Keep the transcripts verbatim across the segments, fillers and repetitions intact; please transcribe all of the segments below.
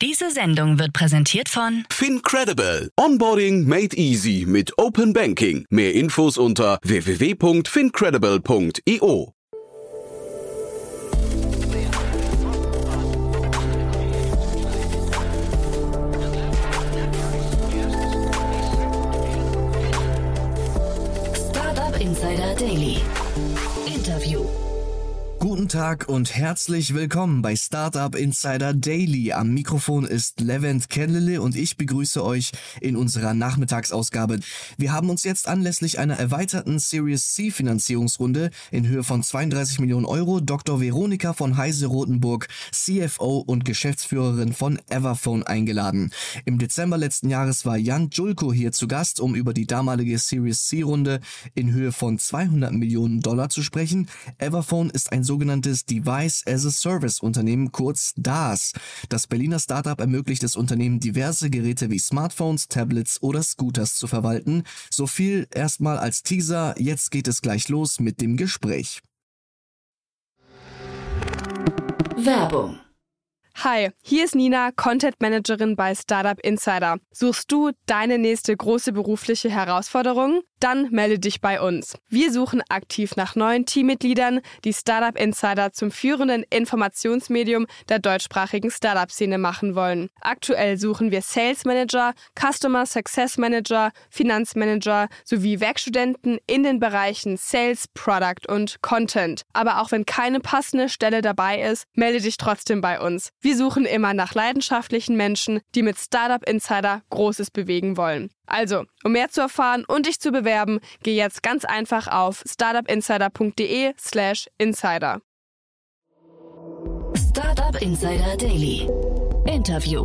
Diese Sendung wird präsentiert von FinCredible. Onboarding made easy mit Open Banking. Mehr Infos unter w w w punkt fincredible punkt i o. Startup Insider Daily. Interview. Guten Tag und herzlich willkommen bei Startup Insider Daily. Am Mikrofon ist Levent Kellele und ich begrüße euch in unserer Nachmittagsausgabe. Wir haben uns jetzt anlässlich einer erweiterten Series C Finanzierungsrunde in Höhe von zweiunddreißig Millionen Euro Doktor Veronika von Heise-Rotenburg, C F O und Geschäftsführerin von Everphone eingeladen. Im Dezember letzten Jahres war Jan Julko hier zu Gast, um über die damalige Series C Runde in Höhe von zweihundert Millionen Dollar zu sprechen. Everphone ist ein sogenanntes Device-as-a-Service-Unternehmen, kurz D A S. Das Berliner Startup ermöglicht es Unternehmen, diverse Geräte wie Smartphones, Tablets oder Scooters zu verwalten. So viel erstmal als Teaser, jetzt geht es gleich los mit dem Gespräch. Werbung. Hi, hier ist Nina, Content Managerin bei Startup Insider. Suchst du deine nächste große berufliche Herausforderung? Dann melde dich bei uns. Wir suchen aktiv nach neuen Teammitgliedern, die Startup Insider zum führenden Informationsmedium der deutschsprachigen Startup-Szene machen wollen. Aktuell suchen wir Sales Manager, Customer Success Manager, Finanzmanager sowie Werkstudenten in den Bereichen Sales, Product und Content. Aber auch wenn keine passende Stelle dabei ist, melde dich trotzdem bei uns. Wir suchen immer nach leidenschaftlichen Menschen, die mit Startup Insider Großes bewegen wollen. Also, um mehr zu erfahren und dich zu bewerben, geh jetzt ganz einfach auf startupinsider punkt de slash insider. Startup Insider Daily. Interview.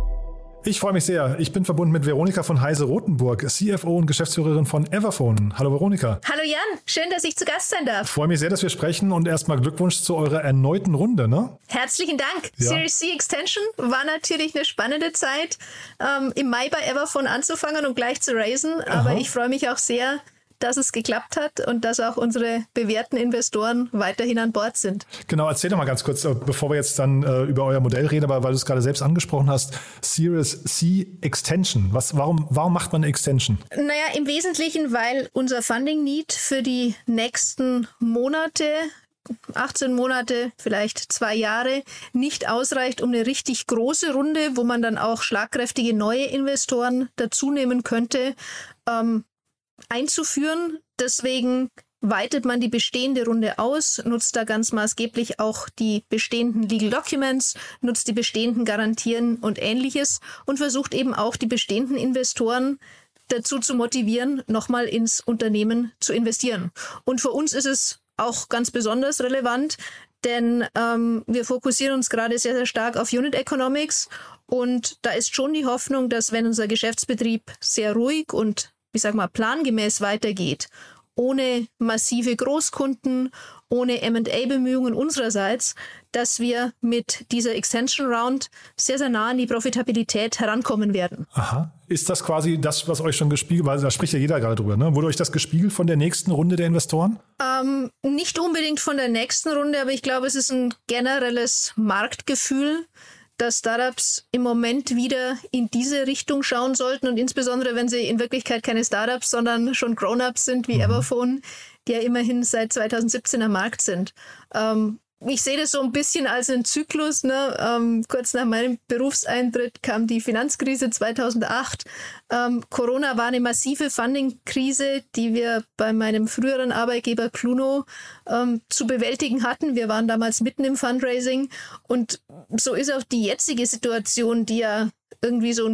Ich freue mich sehr. Ich bin verbunden mit Veronika von Heise-Rotenburg, C F O und Geschäftsführerin von Everphone. Hallo Veronika. Hallo Jan, schön, dass ich zu Gast sein darf. Ich freue mich sehr, dass wir sprechen und erstmal Glückwunsch zu eurer erneuten Runde, ne? Herzlichen Dank. Ja. Series C Extension war natürlich eine spannende Zeit, ähm, im Mai bei Everphone anzufangen und gleich zu raisen. Aber Aha. ich freue mich auch sehr, dass es geklappt hat und dass auch unsere bewährten Investoren weiterhin an Bord sind. Genau, erzähl doch mal ganz kurz, bevor wir jetzt dann äh, über euer Modell reden, aber weil du es gerade selbst angesprochen hast, Series C Extension. Was, warum, warum macht man eine Extension? Naja, im Wesentlichen, weil unser Funding Need für die nächsten Monate, achtzehn Monate, vielleicht zwei Jahre, nicht ausreicht, um eine richtig große Runde, wo man dann auch schlagkräftige neue Investoren dazu nehmen könnte, ähm, einzuführen. Deswegen weitet man die bestehende Runde aus, nutzt da ganz maßgeblich auch die bestehenden Legal Documents, nutzt die bestehenden Garantien und Ähnliches und versucht eben auch die bestehenden Investoren dazu zu motivieren, nochmal ins Unternehmen zu investieren. Und für uns ist es auch ganz besonders relevant, denn ähm, wir fokussieren uns gerade sehr, sehr stark auf Unit Economics und da ist schon die Hoffnung, dass wenn unser Geschäftsbetrieb sehr ruhig und ich sag mal, plangemäß weitergeht, ohne massive Großkunden, ohne M and A-Bemühungen unsererseits, dass wir mit dieser Extension Round sehr, sehr nah an die Profitabilität herankommen werden. Aha. Ist das quasi das, was euch schon gespiegelt, weil da spricht ja jeder gerade drüber, ne? Wurde euch das gespiegelt von der nächsten Runde der Investoren? Ähm, nicht unbedingt von der nächsten Runde, aber ich glaube, es ist ein generelles Marktgefühl, dass Startups im Moment wieder in diese Richtung schauen sollten und insbesondere, wenn sie in Wirklichkeit keine Startups, sondern schon Grown-ups sind wie mhm. Everphone, die ja immerhin seit zweitausendsiebzehn am Markt sind. Ähm, ich sehe das so ein bisschen als einen Zyklus. Ne? Ähm, kurz nach meinem Berufseintritt kam die Finanzkrise zweitausendacht. Ähm, Corona war eine massive Funding-Krise, die wir bei meinem früheren Arbeitgeber Cluno ähm, zu bewältigen hatten. Wir waren damals mitten im Fundraising und so ist auch die jetzige Situation, die ja irgendwie so ein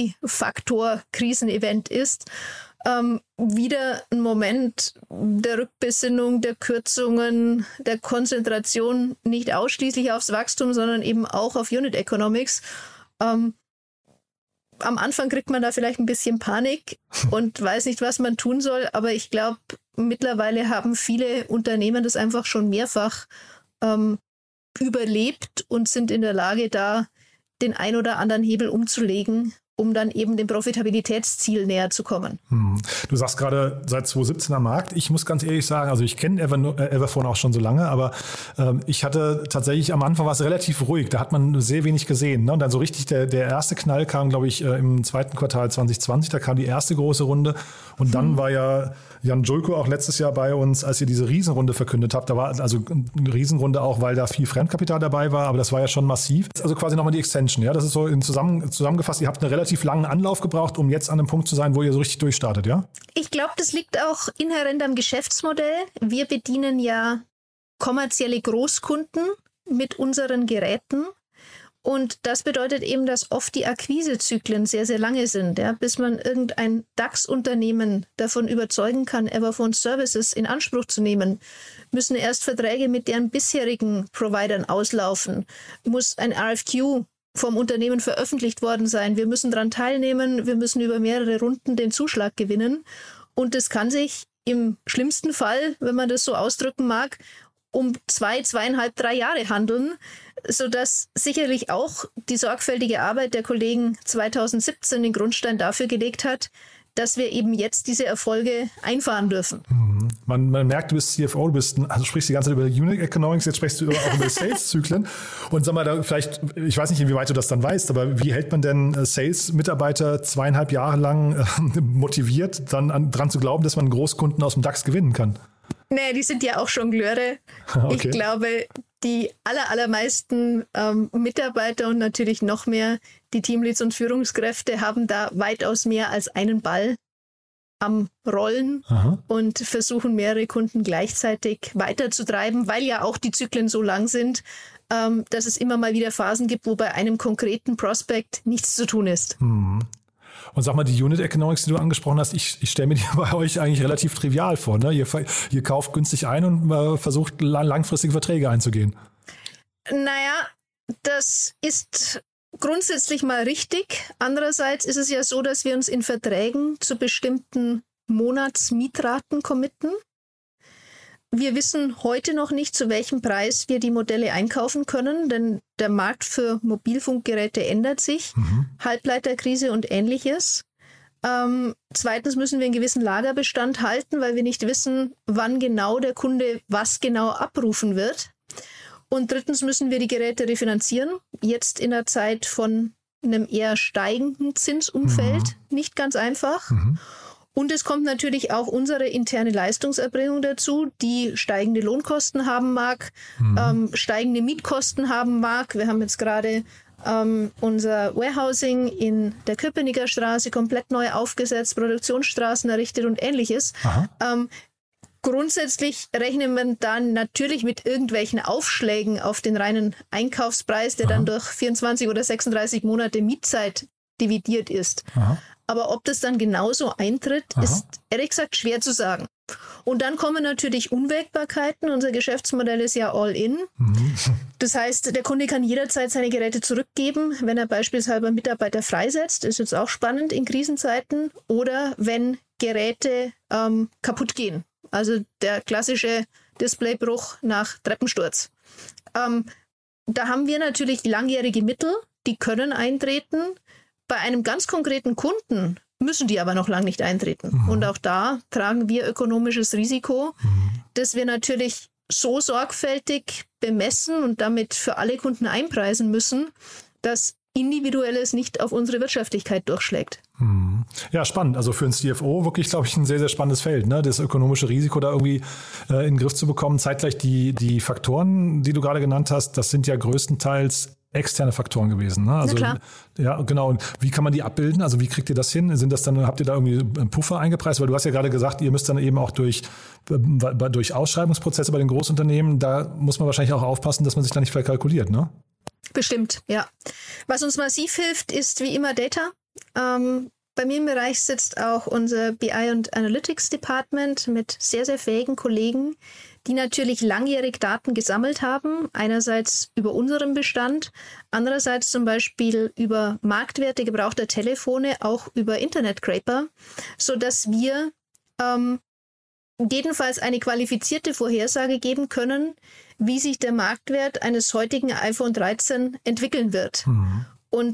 Multifaktor-Krisenevent ist, ähm, wieder ein Moment der Rückbesinnung, der Kürzungen, der Konzentration nicht ausschließlich aufs Wachstum, sondern eben auch auf Unit Economics. Ähm, am Anfang kriegt man da vielleicht ein bisschen Panik und weiß nicht, was man tun soll, aber ich glaube, mittlerweile haben viele Unternehmen das einfach schon mehrfach ähm, überlebt und sind in der Lage, da den ein oder anderen Hebel umzulegen um dann eben dem Profitabilitätsziel näher zu kommen. Hm. Du sagst gerade seit zwanzig siebzehn am Markt. Ich muss ganz ehrlich sagen, also ich kenne Ever, äh, Everphone auch schon so lange, aber ähm, ich hatte tatsächlich am Anfang war es relativ ruhig. Da hat man sehr wenig gesehen. Ne? Und dann so richtig der, der erste Knall kam, glaube ich, äh, im zweiten Quartal zwanzig zwanzig. Da kam die erste große Runde. Und dann hm. war ja Jan Julko auch letztes Jahr bei uns, als ihr diese Riesenrunde verkündet habt. Da war also eine Riesenrunde auch, weil da viel Fremdkapital dabei war, aber das war ja schon massiv. Also quasi nochmal die Extension. Ja, das ist so in zusammen, zusammengefasst. Ihr habt eine relativ langen Anlauf gebraucht, um jetzt an einem Punkt zu sein, wo ihr so richtig durchstartet, ja? Ich glaube, das liegt auch inhärent am Geschäftsmodell. Wir bedienen ja kommerzielle Großkunden mit unseren Geräten. Und das bedeutet eben, dass oft die Akquisezyklen sehr, sehr lange sind, ja, bis man irgendein DAX-Unternehmen davon überzeugen kann, Everphone Services in Anspruch zu nehmen, müssen erst Verträge mit deren bisherigen Providern auslaufen, muss ein R F Q vom Unternehmen veröffentlicht worden sein, wir müssen daran teilnehmen, wir müssen über mehrere Runden den Zuschlag gewinnen. Und das kann sich im schlimmsten Fall, wenn man das so ausdrücken mag, um zwei, zweieinhalb, drei Jahre handeln, sodass sicherlich auch die sorgfältige Arbeit der Kollegen zwanzig siebzehn den Grundstein dafür gelegt hat, dass wir eben jetzt diese Erfolge einfahren dürfen. Mhm. Man, man merkt, du bist C F O, du bist, also sprichst die ganze Zeit über Unit Economics, jetzt sprichst du auch über Sales-Zyklen. Und sag mal, da vielleicht, ich weiß nicht, inwieweit du das dann weißt, aber wie hält man denn Sales-Mitarbeiter zweieinhalb Jahre lang äh, motiviert, dann an, dran zu glauben, dass man einen Großkunden aus dem DAX gewinnen kann? Nee, die sind ja auch Jongleure. Okay. Ich glaube, die aller, allermeisten ähm, Mitarbeiter und natürlich noch mehr die Teamleads und Führungskräfte haben da weitaus mehr als einen Ball am Rollen. Aha. Und versuchen mehrere Kunden gleichzeitig weiterzutreiben, weil ja auch die Zyklen so lang sind, ähm, dass es immer mal wieder Phasen gibt, wo bei einem konkreten Prospect nichts zu tun ist. Mhm. Und sag mal, die Unit Economics, die du angesprochen hast, ich, ich stelle mir die bei euch eigentlich relativ trivial vor. Ne? Ihr, ihr kauft günstig ein und äh, versucht langfristige Verträge einzugehen. Naja, das ist grundsätzlich mal richtig. Andererseits ist es ja so, dass wir uns in Verträgen zu bestimmten Monatsmietraten committen. Wir wissen heute noch nicht, zu welchem Preis wir die Modelle einkaufen können, denn der Markt für Mobilfunkgeräte ändert sich, mhm. Halbleiterkrise und Ähnliches. Ähm, zweitens müssen wir einen gewissen Lagerbestand halten, weil wir nicht wissen, wann genau der Kunde was genau abrufen wird. Und drittens müssen wir die Geräte refinanzieren, jetzt in der Zeit von einem eher steigenden Zinsumfeld, mhm. nicht ganz einfach. Mhm. Und es kommt natürlich auch unsere interne Leistungserbringung dazu, die steigende Lohnkosten haben mag, mhm. ähm, steigende Mietkosten haben mag. Wir haben jetzt gerade ähm, unser Warehousing in der Köpenicker Straße komplett neu aufgesetzt, Produktionsstraßen errichtet und Ähnliches. Ähm, grundsätzlich rechnet man dann natürlich mit irgendwelchen Aufschlägen auf den reinen Einkaufspreis, der Aha. dann durch vierundzwanzig oder sechsunddreißig Monate Mietzeit dividiert ist. Aha. Aber ob das dann genauso eintritt, Aha. ist ehrlich gesagt schwer zu sagen. Und dann kommen natürlich Unwägbarkeiten. Unser Geschäftsmodell ist ja All-in. Mhm. Das heißt, der Kunde kann jederzeit seine Geräte zurückgeben, wenn er beispielsweise Mitarbeiter freisetzt. Das ist jetzt auch spannend in Krisenzeiten. Oder wenn Geräte ähm, kaputt gehen. Also der klassische Displaybruch nach Treppensturz. Ähm, da haben wir natürlich langjährige Mittel, die können eintreten. Bei einem ganz konkreten Kunden müssen die aber noch lange nicht eintreten. Mhm. Und auch da tragen wir ökonomisches Risiko, mhm. das wir natürlich so sorgfältig bemessen und damit für alle Kunden einpreisen müssen, dass Individuelles nicht auf unsere Wirtschaftlichkeit durchschlägt. Mhm. Ja, spannend. Also für einen C F O wirklich, glaube ich, ein sehr, sehr spannendes Feld, ne? Das ökonomische Risiko da irgendwie äh, in den Griff zu bekommen. Zeitgleich die, die Faktoren, die du gerade genannt hast, das sind ja größtenteils externe Faktoren gewesen. Ne? Also, Na klar. Ja, genau. Und wie kann man die abbilden? Also wie kriegt ihr das hin? Sind das dann, habt ihr da irgendwie einen Puffer eingepreist? Weil du hast ja gerade gesagt, ihr müsst dann eben auch durch, durch Ausschreibungsprozesse bei den Großunternehmen, da muss man wahrscheinlich auch aufpassen, dass man sich da nicht verkalkuliert, ne? Bestimmt, ja. Was uns massiv hilft, ist wie immer Data. Ähm, bei mir im Bereich sitzt auch unser B I und Analytics Department mit sehr, sehr fähigen Kollegen, die natürlich langjährig Daten gesammelt haben, einerseits über unseren Bestand, andererseits zum Beispiel über Marktwerte gebrauchter Telefone, auch über Internet-Scraper, sodass wir ähm, jedenfalls eine qualifizierte Vorhersage geben können, wie sich der Marktwert eines heutigen iPhone dreizehn entwickeln wird. Mhm. Und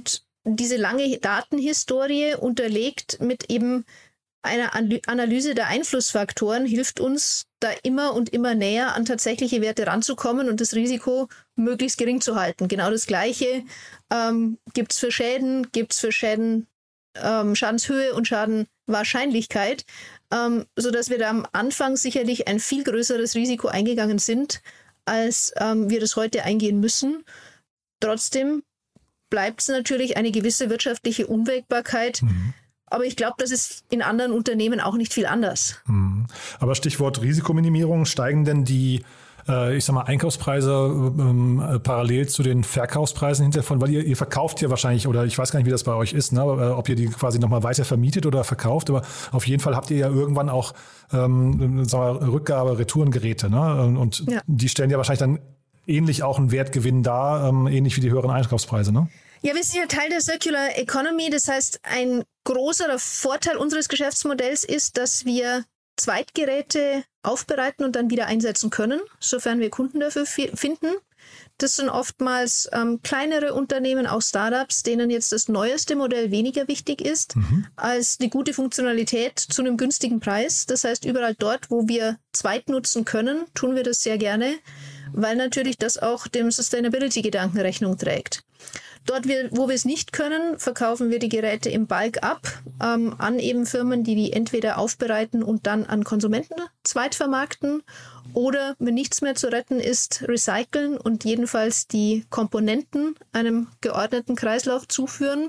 diese lange Datenhistorie unterlegt mit eben einer Analyse der Einflussfaktoren hilft uns, da immer und immer näher an tatsächliche Werte ranzukommen und das Risiko möglichst gering zu halten. Genau das Gleiche ähm, gibt es für Schäden, gibt es für Schäden ähm, Schadenshöhe und Schadenwahrscheinlichkeit, ähm, sodass wir da am Anfang sicherlich ein viel größeres Risiko eingegangen sind, als ähm, wir das heute eingehen müssen. Trotzdem bleibt es natürlich eine gewisse wirtschaftliche Unwägbarkeit. Mhm. Aber ich glaube, das ist in anderen Unternehmen auch nicht viel anders. Mhm. Aber Stichwort Risikominimierung, steigen denn die, äh, ich sag mal, Einkaufspreise ähm, parallel zu den Verkaufspreisen hinterher? Weil ihr, ihr verkauft ja wahrscheinlich, oder ich weiß gar nicht, wie das bei euch ist, ne? Ob ihr die quasi nochmal weiter vermietet oder verkauft, aber auf jeden Fall habt ihr ja irgendwann auch ähm, sagen wir, Rückgabe, Retourengeräte, ne? Und ja. Die stellen ja wahrscheinlich dann ähnlich auch einen Wertgewinn dar, ähm, ähnlich wie die höheren Einkaufspreise, ne? Ja, wir sind ja Teil der Circular Economy. Das heißt, ein großer Vorteil unseres Geschäftsmodells ist, dass wir Zweitgeräte aufbereiten und dann wieder einsetzen können, sofern wir Kunden dafür finden. Das sind oftmals ähm, kleinere Unternehmen, auch Startups, denen jetzt das neueste Modell weniger wichtig ist mhm. als die gute Funktionalität zu einem günstigen Preis. Das heißt, überall dort, wo wir zweit nutzen können, tun wir das sehr gerne, weil natürlich das auch dem Sustainability-Gedanken Rechnung trägt. Dort, wo wir es nicht können, verkaufen wir die Geräte im Bulk ab ähm, an eben Firmen, die die entweder aufbereiten und dann an Konsumenten zweitvermarkten oder, wenn nichts mehr zu retten ist, recyceln und jedenfalls die Komponenten einem geordneten Kreislauf zuführen.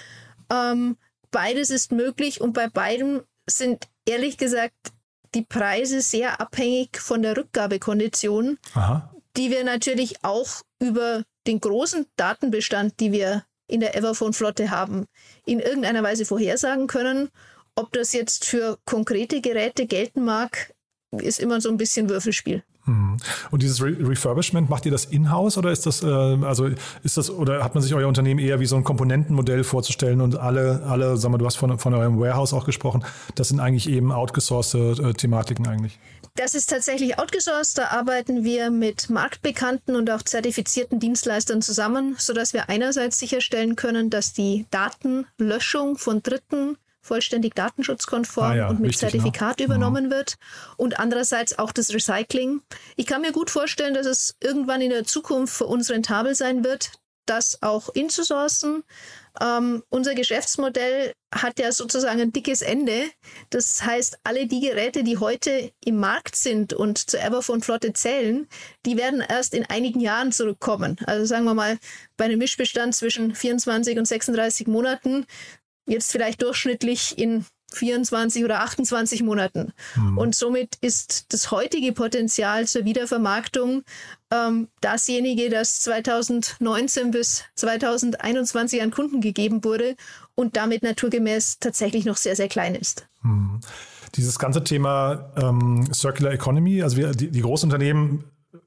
Ähm, beides ist möglich und bei beidem sind ehrlich gesagt die Preise sehr abhängig von der Rückgabekondition, Aha. die wir natürlich auch über den großen Datenbestand, die wir in der Everphone-Flotte haben, in irgendeiner Weise vorhersagen können. Ob das jetzt für konkrete Geräte gelten mag, ist immer so ein bisschen Würfelspiel. Und dieses Re- Refurbishment, macht ihr das in-house oder ist das, äh, also ist das, oder hat man sich euer Unternehmen eher wie so ein Komponentenmodell vorzustellen und alle, alle, sag mal, du hast von, von eurem Warehouse auch gesprochen, das sind eigentlich eben outgesourcete äh, Thematiken eigentlich? Das ist tatsächlich outgesourced. Da arbeiten wir mit marktbekannten und auch zertifizierten Dienstleistern zusammen, sodass wir einerseits sicherstellen können, dass die Datenlöschung von Dritten vollständig datenschutzkonform ah ja, und mit wichtig, Zertifikat ne? übernommen mhm. wird und andererseits auch das Recycling. Ich kann mir gut vorstellen, dass es irgendwann in der Zukunft für uns rentabel sein wird, das auch inzusourcen. Ähm, unser Geschäftsmodell hat ja sozusagen ein dickes Ende. Das heißt, alle die Geräte, die heute im Markt sind und zur Everphone-Flotte zählen, die werden erst in einigen Jahren zurückkommen. Also sagen wir mal, bei einem Mischbestand zwischen vierundzwanzig und sechsunddreißig Monaten, jetzt vielleicht durchschnittlich in vierundzwanzig oder achtundzwanzig Monaten. Mhm. Und somit ist das heutige Potenzial zur Wiedervermarktung ähm, dasjenige, das zweitausendneunzehn bis zweitausendeinundzwanzig an Kunden gegeben wurde und damit naturgemäß tatsächlich noch sehr, sehr klein ist. Mhm. Dieses ganze Thema ähm, Circular Economy, also wir, die, die Großunternehmen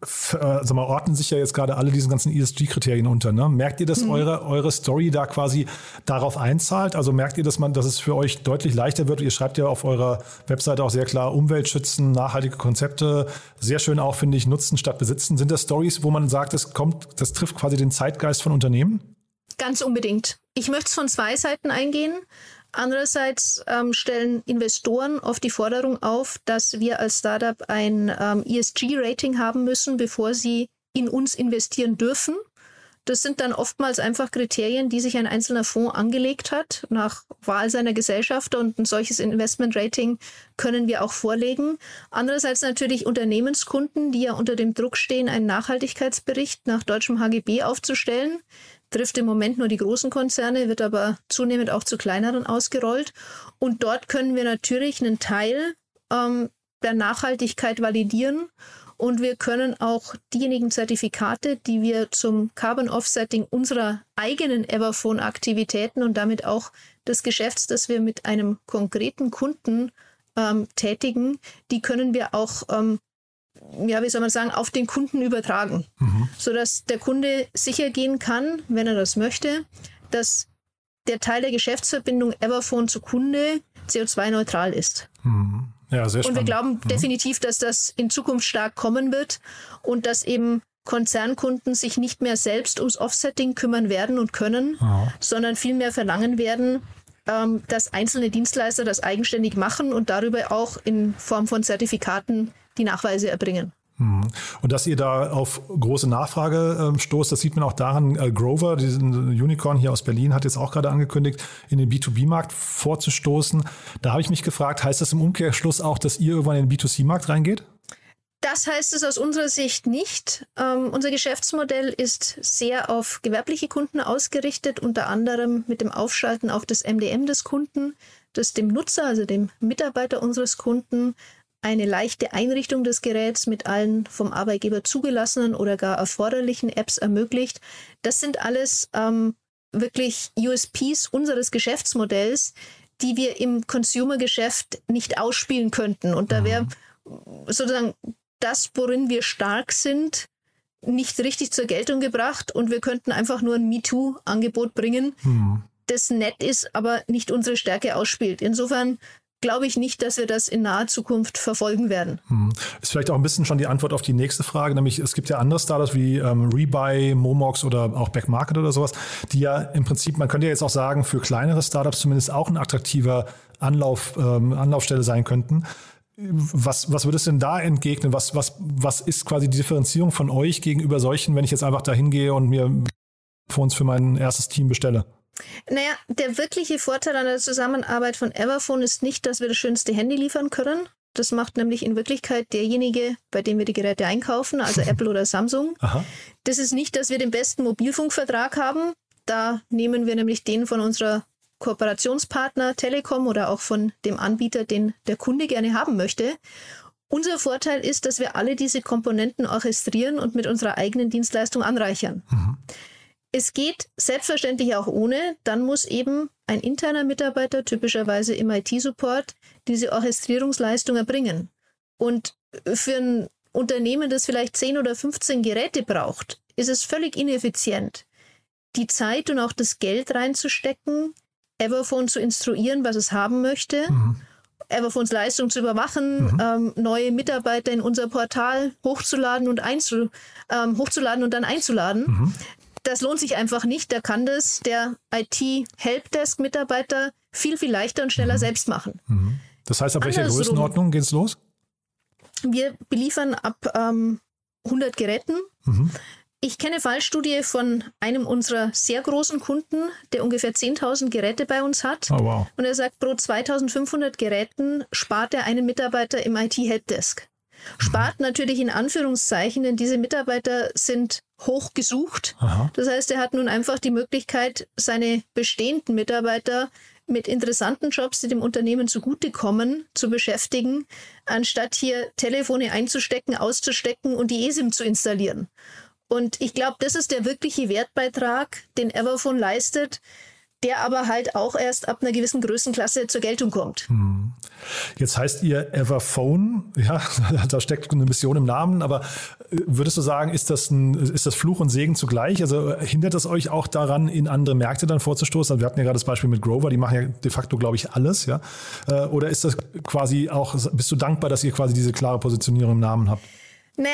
Sag mal, ordnen sich ja jetzt gerade alle diesen ganzen E S G-Kriterien unter. Ne? Merkt ihr, dass mhm. eure, eure Story da quasi darauf einzahlt? Also merkt ihr, dass man, dass es für euch deutlich leichter wird? Ihr schreibt ja auf eurer Webseite auch sehr klar Umwelt schützen, nachhaltige Konzepte. Sehr schön auch, finde ich, nutzen statt besitzen. Sind das Stories, wo man sagt, das kommt, das trifft quasi den Zeitgeist von Unternehmen? Ganz unbedingt. Ich möchte es von zwei Seiten eingehen. Andererseits ähm, stellen Investoren oft die Forderung auf, dass wir als Startup ein ähm, E S G-Rating haben müssen, bevor sie in uns investieren dürfen. Das sind dann oftmals einfach Kriterien, die sich ein einzelner Fonds angelegt hat, nach Wahl seiner Gesellschafter, und ein solches Investment-Rating können wir auch vorlegen. Andererseits natürlich Unternehmenskunden, die ja unter dem Druck stehen, einen Nachhaltigkeitsbericht nach deutschem H G B aufzustellen. Trifft im Moment nur die großen Konzerne, wird aber zunehmend auch zu kleineren ausgerollt. Und dort können wir natürlich einen Teil ähm, der Nachhaltigkeit validieren. Und wir können auch diejenigen Zertifikate, die wir zum Carbon Offsetting unserer eigenen Everphone-Aktivitäten und damit auch des Geschäfts, das wir mit einem konkreten Kunden ähm, tätigen, die können wir auch ähm, ja, wie soll man sagen, auf den Kunden übertragen, mhm. sodass der Kunde sicher gehen kann, wenn er das möchte, dass der Teil der Geschäftsverbindung Everphone zu Kunde C O zwei neutral ist. Mhm. Ja, sehr spannend. Und wir glauben mhm. definitiv, dass das in Zukunft stark kommen wird und dass eben Konzernkunden sich nicht mehr selbst ums Offsetting kümmern werden und können, oh. sondern vielmehr verlangen werden, ähm, dass einzelne Dienstleister das eigenständig machen und darüber auch in Form von Zertifikaten die Nachweise erbringen. Und dass ihr da auf große Nachfrage äh, stoßt, das sieht man auch daran, äh, Grover, diesen Unicorn hier aus Berlin, hat jetzt auch gerade angekündigt, in den B zwei B-Markt vorzustoßen. Da habe ich mich gefragt, heißt das im Umkehrschluss auch, dass ihr irgendwann in den B zwei C-Markt reingeht? Das heißt es aus unserer Sicht nicht. Ähm, unser Geschäftsmodell ist sehr auf gewerbliche Kunden ausgerichtet, unter anderem mit dem Aufschalten auf das M D M des Kunden, das dem Nutzer, also dem Mitarbeiter unseres Kunden, eine leichte Einrichtung des Geräts mit allen vom Arbeitgeber zugelassenen oder gar erforderlichen Apps ermöglicht. Das sind alles ähm, wirklich U S Ps unseres Geschäftsmodells, die wir im Consumer-Geschäft nicht ausspielen könnten. Und da wäre sozusagen das, worin wir stark sind, nicht richtig zur Geltung gebracht und wir könnten einfach nur ein MeToo-Angebot bringen, mhm. das nett ist, aber nicht unsere Stärke ausspielt. Insofern glaube ich nicht, dass wir das in naher Zukunft verfolgen werden. Hm. Ist vielleicht auch ein bisschen schon die Antwort auf die nächste Frage, nämlich es gibt ja andere Startups wie ähm, Rebuy, Momox oder auch Backmarket oder sowas, die ja im Prinzip, man könnte ja jetzt auch sagen, für kleinere Startups zumindest auch ein attraktiver Anlauf, ähm, Anlaufstelle sein könnten. Was, was würdest du denn da entgegnen? Was, was, was ist quasi die Differenzierung von euch gegenüber solchen, wenn ich jetzt einfach da hingehe und mir Phones für mein erstes Team bestelle? Naja, der wirkliche Vorteil an der Zusammenarbeit von Everphone ist nicht, dass wir das schönste Handy liefern können. Das macht nämlich in Wirklichkeit derjenige, bei dem wir die Geräte einkaufen, also Apple oder Samsung. Aha. Das ist nicht, dass wir den besten Mobilfunkvertrag haben. Da nehmen wir nämlich den von unserer Kooperationspartner Telekom oder auch von dem Anbieter, den der Kunde gerne haben möchte. Unser Vorteil ist, dass wir alle diese Komponenten orchestrieren und mit unserer eigenen Dienstleistung anreichern. Mhm. Es geht selbstverständlich auch ohne, dann muss eben ein interner Mitarbeiter, typischerweise im I T-Support, diese Orchestrierungsleistung erbringen. Und für ein Unternehmen, das vielleicht zehn oder fünfzehn Geräte braucht, ist es völlig ineffizient, die Zeit und auch das Geld reinzustecken, Everphone zu instruieren, was es haben möchte, mhm. Everphones Leistung zu überwachen, mhm. ähm, neue Mitarbeiter in unser Portal hochzuladen und, einzu, ähm, hochzuladen und dann einzuladen. Mhm. Das lohnt sich einfach nicht. Da kann das der I T-Helpdesk-Mitarbeiter viel, viel leichter und schneller mhm. selbst machen. Mhm. Das heißt, ab welcher Andersrum, Größenordnung geht es los? Wir beliefern ab ähm, hundert Geräten. Mhm. Ich kenne Fallstudie von einem unserer sehr großen Kunden, der ungefähr zehntausend Geräte bei uns hat. Oh, wow. Und er sagt, pro zweitausendfünfhundert Geräten spart er einen Mitarbeiter im I T-Helpdesk. Spart mhm. natürlich in Anführungszeichen, denn diese Mitarbeiter sind hoch gesucht. Aha. Das heißt, er hat nun einfach die Möglichkeit, seine bestehenden Mitarbeiter mit interessanten Jobs, die dem Unternehmen zugutekommen, zu beschäftigen, anstatt hier Telefone einzustecken, auszustecken und die eSIM zu installieren. Und ich glaube, das ist der wirkliche Wertbeitrag, den Everphone leistet, der aber halt auch erst ab einer gewissen Größenklasse zur Geltung kommt. Hm. Jetzt heißt ihr Everphone, ja, da steckt eine Mission im Namen, aber würdest du sagen, ist das, ein, ist das Fluch und Segen zugleich? Also hindert es euch auch daran, in andere Märkte dann vorzustoßen? Also wir hatten ja gerade das Beispiel mit Grover, die machen ja de facto, glaube ich, alles, ja. Oder ist das quasi auch, bist du dankbar, dass ihr quasi diese klare Positionierung im Namen habt? Naja,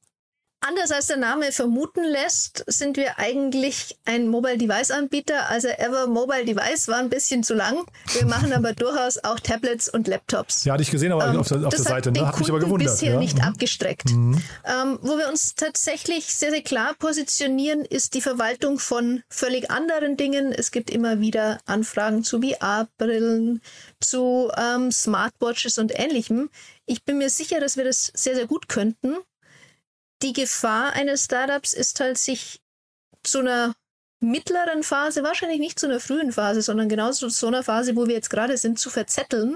anders als der Name vermuten lässt, sind wir eigentlich ein Mobile-Device-Anbieter. Also Ever Mobile Device war ein bisschen zu lang. Wir machen aber durchaus auch Tablets und Laptops. Ja, hatte ich gesehen, aber ähm, auf der, auf der Seite. Das ne? hat den Kunden bisher ja? nicht mhm. abgestreckt. Mhm. Ähm, wo wir uns tatsächlich sehr, sehr klar positionieren, ist die Verwaltung von völlig anderen Dingen. Es gibt immer wieder Anfragen zu V R-Brillen, zu ähm, Smartwatches und Ähnlichem. Ich bin mir sicher, dass wir das sehr, sehr gut könnten. Die Gefahr eines Startups ist halt, sich zu einer mittleren Phase, wahrscheinlich nicht zu einer frühen Phase, sondern genauso zu so einer Phase, wo wir jetzt gerade sind, zu verzetteln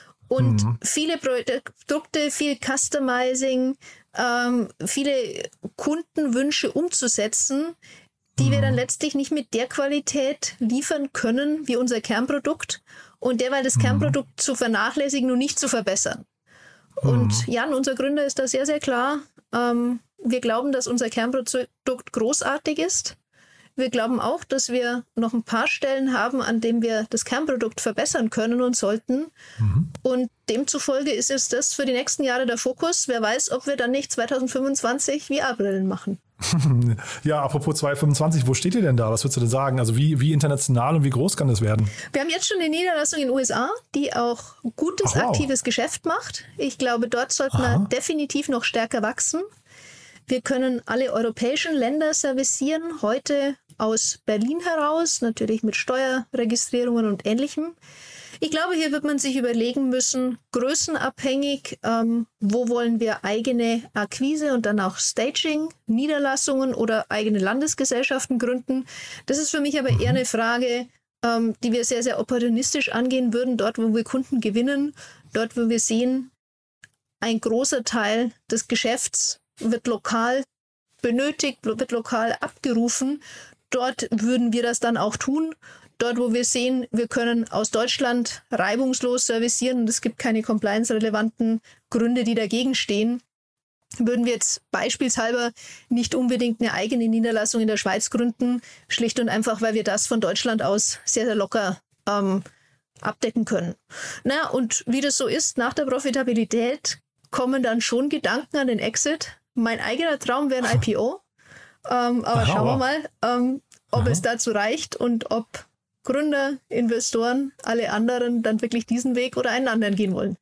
und mhm. viele Produkte, viel Customizing, ähm, viele Kundenwünsche umzusetzen, die mhm. wir dann letztlich nicht mit der Qualität liefern können wie unser Kernprodukt und derweil das mhm. Kernprodukt zu vernachlässigen und nicht zu verbessern. Mhm. Und Jan, unser Gründer, ist da sehr, sehr klar. Ähm, wir glauben, dass unser Kernprodukt großartig ist. Wir glauben auch, dass wir noch ein paar Stellen haben, an denen wir das Kernprodukt verbessern können und sollten. Mhm. Und demzufolge ist es das für die nächsten Jahre der Fokus. Wer weiß, ob wir dann nicht zweitausendfünfundzwanzig V R-Brillen machen. Ja, apropos zweihundertfünfundzwanzig, wo steht ihr denn da? Was würdest du denn sagen? Also wie, wie international und wie groß kann das werden? Wir haben jetzt schon eine Niederlassung in den U S A, die auch gutes, Ach, wow. aktives Geschäft macht. Ich glaube, dort sollten Aha. wir definitiv noch stärker wachsen. Wir können alle europäischen Länder servicieren, heute aus Berlin heraus, natürlich mit Steuerregistrierungen und Ähnlichem. Ich glaube, hier wird man sich überlegen müssen, größenabhängig, ähm, wo wollen wir eigene Akquise und dann auch Staging, Niederlassungen oder eigene Landesgesellschaften gründen. Das ist für mich aber eher eine Frage, ähm, die wir sehr, sehr opportunistisch angehen würden, dort, wo wir Kunden gewinnen, dort, wo wir sehen, ein großer Teil des Geschäfts wird lokal benötigt, wird lokal abgerufen. Dort würden wir das dann auch tun. Dort, wo wir sehen, wir können aus Deutschland reibungslos servicieren und es gibt keine compliance-relevanten Gründe, die dagegen stehen, würden wir jetzt beispielshalber nicht unbedingt eine eigene Niederlassung in der Schweiz gründen, schlicht und einfach, weil wir das von Deutschland aus sehr, sehr locker ähm, abdecken können. Na, und wie das so ist, nach der Profitabilität kommen dann schon Gedanken an den Exit. Mein eigener Traum wäre ein I P O, ähm, aber Aha, schauen wir mal, ähm, ob Aha. es dazu reicht und ob Gründer, Investoren, alle anderen dann wirklich diesen Weg oder einen anderen gehen wollen.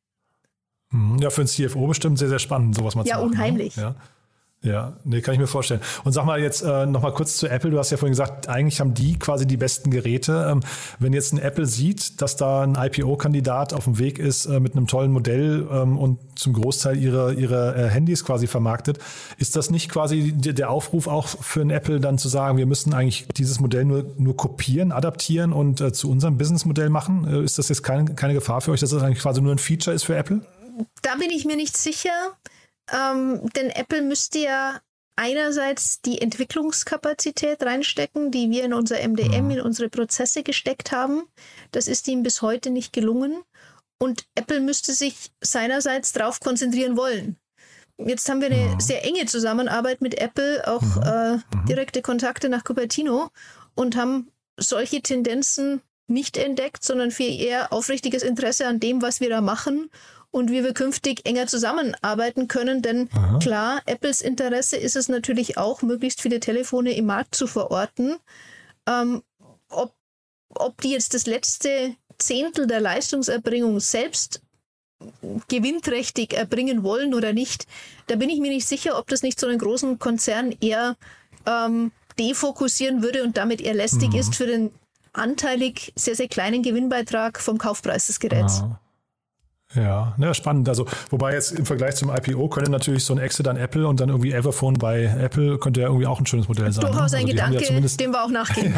Ja, für einen C F O bestimmt sehr, sehr spannend, sowas mal ja, zu machen. Unheimlich. Ja, unheimlich. Ja, nee, kann ich mir vorstellen. Und sag mal jetzt äh, noch mal kurz zu Apple. Du hast ja vorhin gesagt, eigentlich haben die quasi die besten Geräte. Ähm, wenn jetzt ein Apple sieht, dass da ein I P O-Kandidat auf dem Weg ist äh, mit einem tollen Modell ähm, und zum Großteil ihre, ihre äh, Handys quasi vermarktet, ist das nicht quasi die, der Aufruf auch für ein Apple dann zu sagen, wir müssen eigentlich dieses Modell nur, nur kopieren, adaptieren und äh, zu unserem Businessmodell machen? Äh, ist das jetzt kein, keine Gefahr für euch, dass das eigentlich quasi nur ein Feature ist für Apple? Da bin ich mir nicht sicher. Ähm, denn Apple müsste ja einerseits die Entwicklungskapazität reinstecken, die wir in unser M D M, in unsere Prozesse gesteckt haben. Das ist ihm bis heute nicht gelungen. Und Apple müsste sich seinerseits darauf konzentrieren wollen. Jetzt haben wir eine ja. sehr enge Zusammenarbeit mit Apple, auch mhm. äh, direkte Kontakte nach Cupertino und haben solche Tendenzen nicht entdeckt, sondern viel eher aufrichtiges Interesse an dem, was wir da machen und wie wir künftig enger zusammenarbeiten können. Denn Aha. klar, Apples Interesse ist es natürlich auch, möglichst viele Telefone im Markt zu verorten. Ähm, ob, ob die jetzt das letzte Zehntel der Leistungserbringung selbst gewinnträchtig erbringen wollen oder nicht, da bin ich mir nicht sicher, ob das nicht so einen großen Konzern eher ähm, defokussieren würde und damit eher lästig mhm. ist für den anteilig sehr, sehr kleinen Gewinnbeitrag vom Kaufpreis des Geräts. Ja. Ja, ne, spannend. Also, wobei jetzt im Vergleich zum I P O könnte natürlich so ein Exit an Apple und dann irgendwie Everphone bei Apple könnte ja irgendwie auch ein schönes Modell sein. Durchaus ne? ein also Gedanke, ja dem wir auch nachgehen.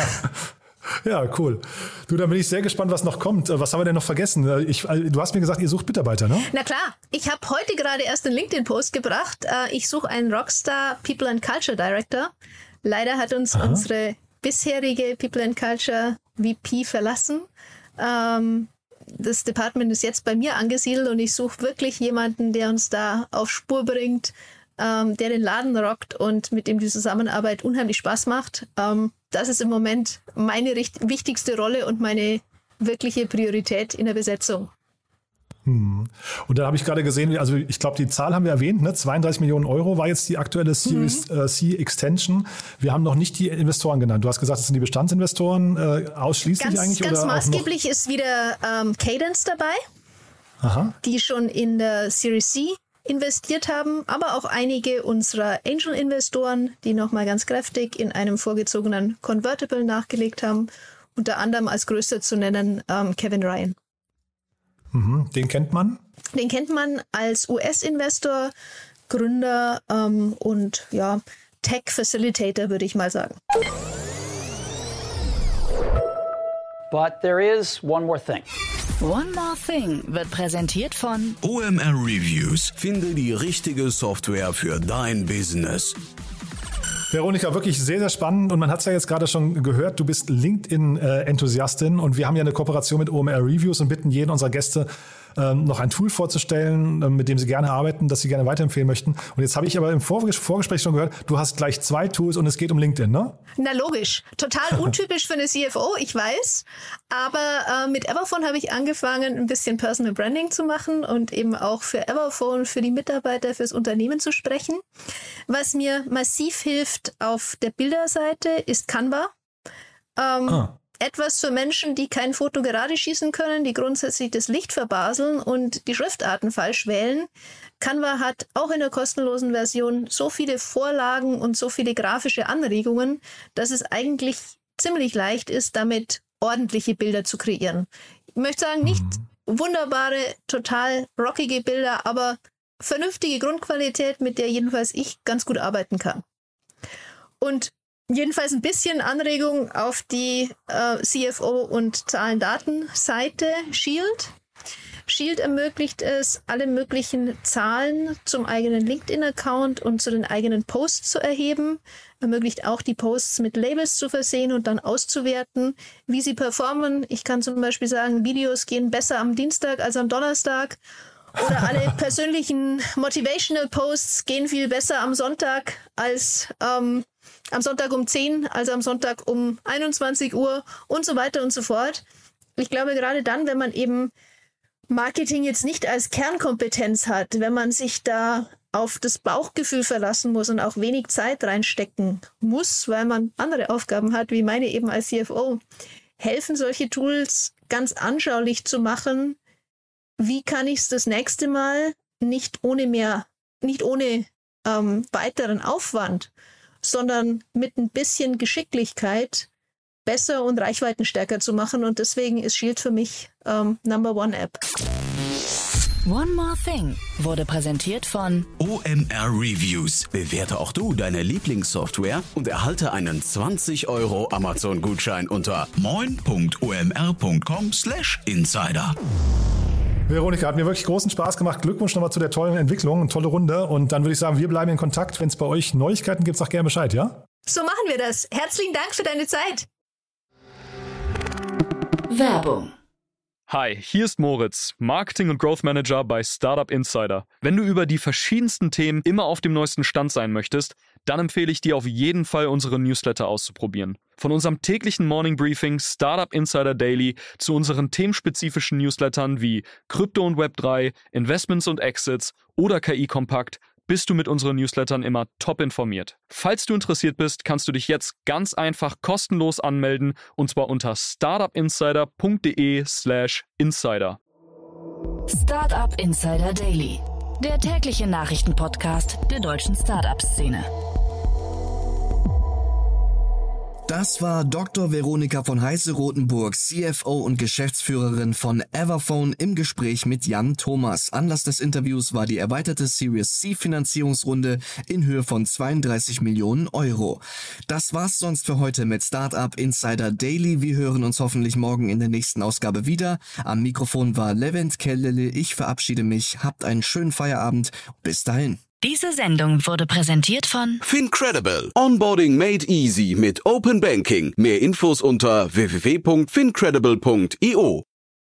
Ja. Ja, cool. Du, da bin ich sehr gespannt, was noch kommt. Was haben wir denn noch vergessen? Ich, du hast mir gesagt, ihr sucht Mitarbeiter, ne? Na klar. Ich habe heute gerade erst einen LinkedIn-Post gebracht. Ich suche einen Rockstar People and Culture Director. Leider hat uns Aha. unsere bisherige People and Culture V P verlassen. Ähm, Das Department ist jetzt bei mir angesiedelt und ich suche wirklich jemanden, der uns da auf Spur bringt, ähm, der den Laden rockt und mit dem die Zusammenarbeit unheimlich Spaß macht. Ähm, das ist im Moment meine richt- wichtigste Rolle und meine wirkliche Priorität in der Besetzung. Hm. Und dann habe ich gerade gesehen, also ich glaube, die Zahl haben wir erwähnt, ne? zweiunddreißig Millionen Euro war jetzt die aktuelle Series mhm. äh, C Extension. Wir haben noch nicht die Investoren genannt. Du hast gesagt, das sind die Bestandsinvestoren äh, ausschließlich ganz, eigentlich? Ganz oder maßgeblich ist wieder ähm, Cadence dabei, Aha. die schon in der Series C investiert haben, aber auch einige unserer Angel-Investoren, die nochmal ganz kräftig in einem vorgezogenen Convertible nachgelegt haben. Unter anderem als größter zu nennen ähm, Kevin Ryan. Mhm, den kennt man? Den kennt man als U S-Investor, Gründer ähm, und ja, Tech-Facilitator, würde ich mal sagen. But there is one more thing. One More Thing wird präsentiert von O M R Reviews. Finde die richtige Software für dein Business. Veronika, wirklich sehr, sehr spannend und man hat es ja jetzt gerade schon gehört, du bist LinkedIn-Enthusiastin und wir haben ja eine Kooperation mit O M R Reviews und bitten jeden unserer Gäste ähm, noch ein Tool vorzustellen, äh, mit dem Sie gerne arbeiten, das Sie gerne weiterempfehlen möchten. Und jetzt habe ich aber im Vorges- Vorgespräch schon gehört, du hast gleich zwei Tools und es geht um LinkedIn, ne? Na logisch, total untypisch für eine C F O, ich weiß. Aber äh, mit Everphone habe ich angefangen, ein bisschen Personal Branding zu machen und eben auch für Everphone, für die Mitarbeiter, fürs Unternehmen zu sprechen. Was mir massiv hilft auf der Bilderseite ist Canva. Ähm, ah. Etwas für Menschen, die kein Foto gerade schießen können, die grundsätzlich das Licht verbaseln und die Schriftarten falsch wählen. Canva hat auch in der kostenlosen Version so viele Vorlagen und so viele grafische Anregungen, dass es eigentlich ziemlich leicht ist, damit ordentliche Bilder zu kreieren. Ich möchte sagen, nicht wunderbare, total rockige Bilder, aber vernünftige Grundqualität, mit der jedenfalls ich ganz gut arbeiten kann. Und jedenfalls ein bisschen Anregung auf die äh, C F O- und Zahlen-Daten-Seite Shield. Shield ermöglicht es, alle möglichen Zahlen zum eigenen LinkedIn-Account und zu den eigenen Posts zu erheben. Ermöglicht auch, die Posts mit Labels zu versehen und dann auszuwerten, wie sie performen. Ich kann zum Beispiel sagen, Videos gehen besser am Dienstag als am Donnerstag. Oder alle persönlichen Motivational Posts gehen viel besser am Sonntag als ähm, am Sonntag um zehn, als am Sonntag um einundzwanzig Uhr und so weiter und so fort. Ich glaube, gerade dann, wenn man eben Marketing jetzt nicht als Kernkompetenz hat, wenn man sich da auf das Bauchgefühl verlassen muss und auch wenig Zeit reinstecken muss, weil man andere Aufgaben hat, wie meine eben als C F O, helfen solche Tools ganz anschaulich zu machen, wie kann ich es das nächste Mal nicht ohne mehr, nicht ohne ähm, weiteren Aufwand, sondern mit ein bisschen Geschicklichkeit besser und reichweitenstärker zu machen. Und deswegen ist Shield für mich ähm, Number One App. One More Thing wurde präsentiert von O M R Reviews. Bewerte auch du deine Lieblingssoftware und erhalte einen zwanzig Euro Amazon-Gutschein unter moin punkt o m r punkt com slash insider. Veronika, hat mir wirklich großen Spaß gemacht. Glückwunsch nochmal zu der tollen Entwicklung, eine tolle Runde. Und dann würde ich sagen, wir bleiben in Kontakt. Wenn es bei euch Neuigkeiten gibt, sag gerne Bescheid, ja? So machen wir das. Herzlichen Dank für deine Zeit. Werbung. Hi, hier ist Moritz, Marketing- und Growth Manager bei Startup Insider. Wenn du über die verschiedensten Themen immer auf dem neuesten Stand sein möchtest, dann empfehle ich dir auf jeden Fall, unsere Newsletter auszuprobieren. Von unserem täglichen Morning Briefing Startup Insider Daily zu unseren themenspezifischen Newslettern wie Krypto und Web drei, Investments und Exits oder K I-Kompakt, bist du mit unseren Newslettern immer top informiert. Falls du interessiert bist, kannst du dich jetzt ganz einfach kostenlos anmelden und zwar unter startupinsider.de slash insider. Startup Insider Daily, der tägliche Nachrichtenpodcast der deutschen Startup-Szene. Das war Doktor Veronika von Heiße-Rotenburg, C F O und Geschäftsführerin von Everphone im Gespräch mit Jan Thomas. Anlass des Interviews war die erweiterte Series C Finanzierungsrunde in Höhe von zweiunddreißig Millionen Euro. Das war's sonst für heute mit Startup Insider Daily. Wir hören uns hoffentlich morgen in der nächsten Ausgabe wieder. Am Mikrofon war Levent Kellele. Ich verabschiede mich. Habt einen schönen Feierabend. Bis dahin. Diese Sendung wurde präsentiert von FinCredible. Onboarding made easy mit Open Banking. Mehr Infos unter w w w punkt fincredible punkt i o.